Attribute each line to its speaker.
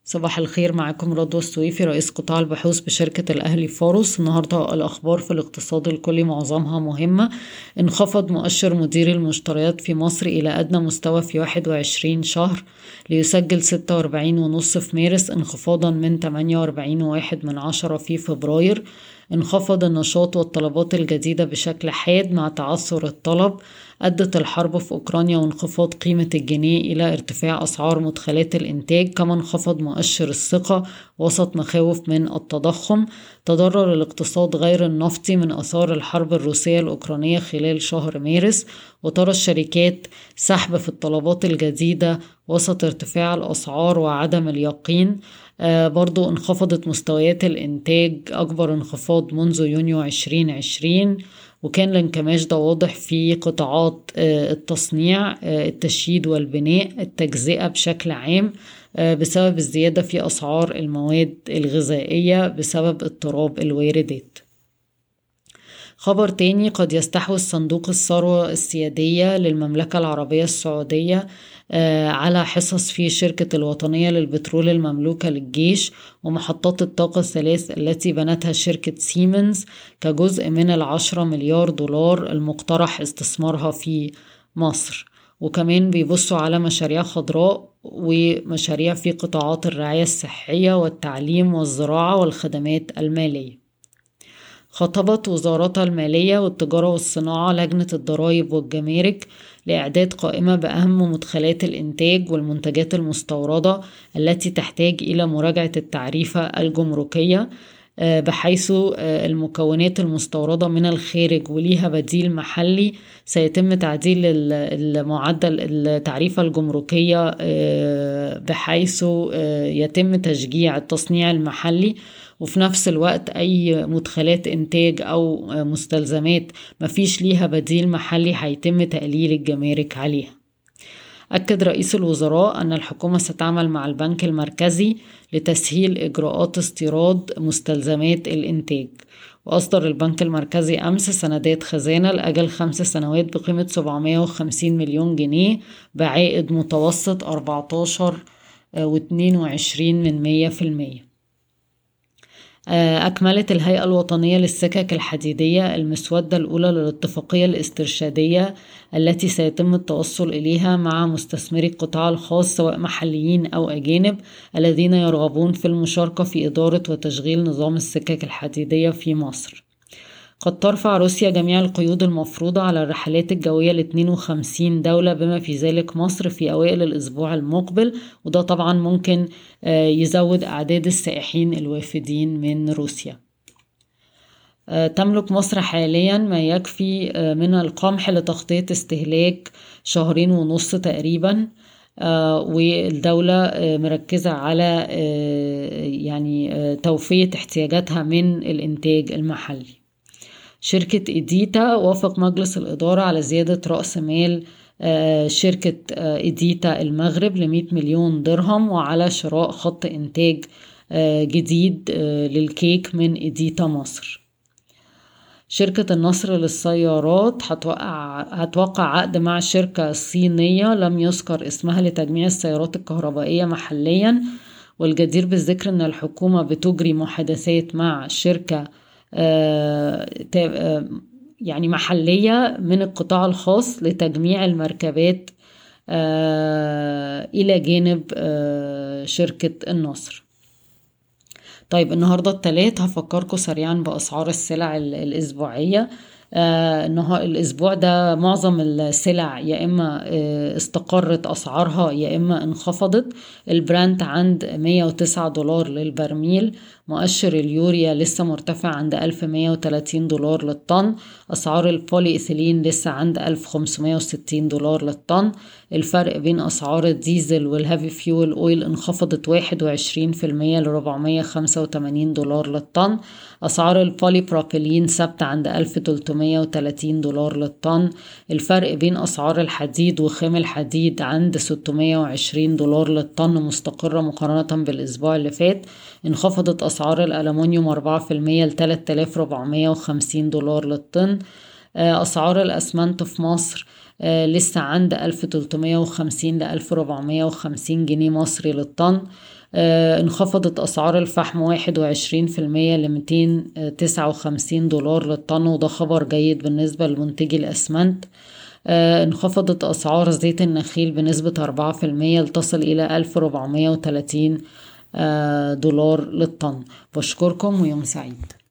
Speaker 1: صباح الخير، معاكم رضوى السويفي رئيس قطاع البحوث بشركة الأهلي فورس. النهاردة الأخبار في الاقتصاد الكلي معظمها مهمة. انخفض مؤشر مدير المشتريات في مصر إلى أدنى مستوى في 21 شهر ليسجل 46.5 في مارس، انخفاضا من 48.1 في فبراير. انخفض النشاط والطلبات الجديدة بشكل حاد مع تعثر الطلب. أدت الحرب في أوكرانيا وانخفاض قيمة الجنيه إلى ارتفاع أسعار مدخلات الإنتاج. كما انخفض مؤشر الثقة وسط مخاوف من التضخم. تضرر الاقتصاد غير النفطي من آثار الحرب الروسية الأوكرانية خلال شهر مارس، وترى الشركات سحب في الطلبات الجديدة وسط ارتفاع الأسعار وعدم اليقين. برضو انخفضت مستويات الإنتاج أكبر انخفاض منذ يونيو 2020، وكان الانكماش ده واضح في قطاعات التصنيع، التشييد والبناء، التجزئة بشكل عام، بسبب الزيادة في أسعار المواد الغذائية بسبب اضطراب الواردات. خبر تاني، قد يستحوذ صندوق الثروة السيادية للمملكة العربية السعودية على حصص في شركة الوطنية للبترول المملوكة للجيش ومحطات الطاقة الثلاث التي بنتها شركة سيمنز كجزء من 10 مليار دولار المقترح استثمارها في مصر. وكمان بيبصوا على مشاريع خضراء ومشاريع في قطاعات الرعاية الصحية والتعليم والزراعة والخدمات المالية. خطبت وزارتا المالية والتجارة والصناعة لجنة الضرائب والجمارك لإعداد قائمة بأهم مدخلات الإنتاج والمنتجات المستوردة التي تحتاج إلى مراجعة التعريفة الجمركية، بحيث المكونات المستوردة من الخارج وليها بديل محلي سيتم تعديل المعدل التعريفة الجمركية بحيث يتم تشجيع التصنيع المحلي، وفي نفس الوقت أي مدخلات إنتاج أو مستلزمات مفيش ليها بديل محلي هيتم تقليل الجمارك عليها. أكد رئيس الوزراء أن الحكومة ستعمل مع البنك المركزي لتسهيل إجراءات استيراد مستلزمات الإنتاج. وأصدر البنك المركزي أمس سندات خزانة لأجل 5 سنوات بقيمة 750 مليون جنيه بعائد متوسط 14.22%. أكملت الهيئة الوطنية للسكك الحديدية المسودة الأولى للاتفاقية الاسترشادية التي سيتم التوصل إليها مع مستثمري القطاع الخاص سواء محليين أو أجانب الذين يرغبون في المشاركة في إدارة وتشغيل نظام السكك الحديدية في مصر. قد ترفع روسيا جميع القيود المفروضة على الرحلات الجوية ل 52 دولة بما في ذلك مصر في أوائل الأسبوع المقبل، وده طبعا ممكن يزود أعداد السائحين الوافدين من روسيا. تملك مصر حاليا ما يكفي من القمح لتغطية استهلاك 2.5 شهور تقريبا، والدولة مركزة على توفية احتياجاتها من الإنتاج المحلي. شركة إديتا وافق مجلس الإدارة على زيادة رأس مال شركة إديتا المغرب ل100 مليون درهم وعلى شراء خط إنتاج جديد للكيك من إديتا مصر. شركة النصر للسيارات هتوقع عقد مع شركة صينية لم يذكر اسمها لتجميع السيارات الكهربائية محليا. والجدير بالذكر أن الحكومة بتجري محادثات مع شركة محلية من القطاع الخاص لتجميع المركبات إلى جانب شركة النصر. طيب، النهاردة الثلاث هفكركم سريعا بأسعار السلع الأسبوعية. الأسبوع ده معظم السلع يا إما استقرت أسعارها يا إما انخفضت. البرنت عند $109 للبرميل. مؤشر اليوريا لسه مرتفع عند $1130 للطن. أسعار البولي إيثيلين لسه عند $1560 للطن. الفرق بين أسعار الديزل والهافي فيول أويل انخفضت 21% $485 للطن. أسعار البولي بروبيلين ثابتة عند $1330 للطن. الفرق بين أسعار الحديد وخام الحديد عند $620 للطن مستقرة مقارنة بالأسبوع اللي فات. انخفضت أسعار الألمنيوم 4% $3450 للطن. أسعار الأسمنت في مصر لسه عند 1350 ل 1450 جنيه مصري للطن. انخفضت أسعار الفحم 21% ل$259 للطن، وده خبر جيد بالنسبة لمنتجي الأسمنت. انخفضت أسعار زيت النخيل بنسبة 4% لتصل إلى $1430 للطن. بشكركم ويوم سعيد.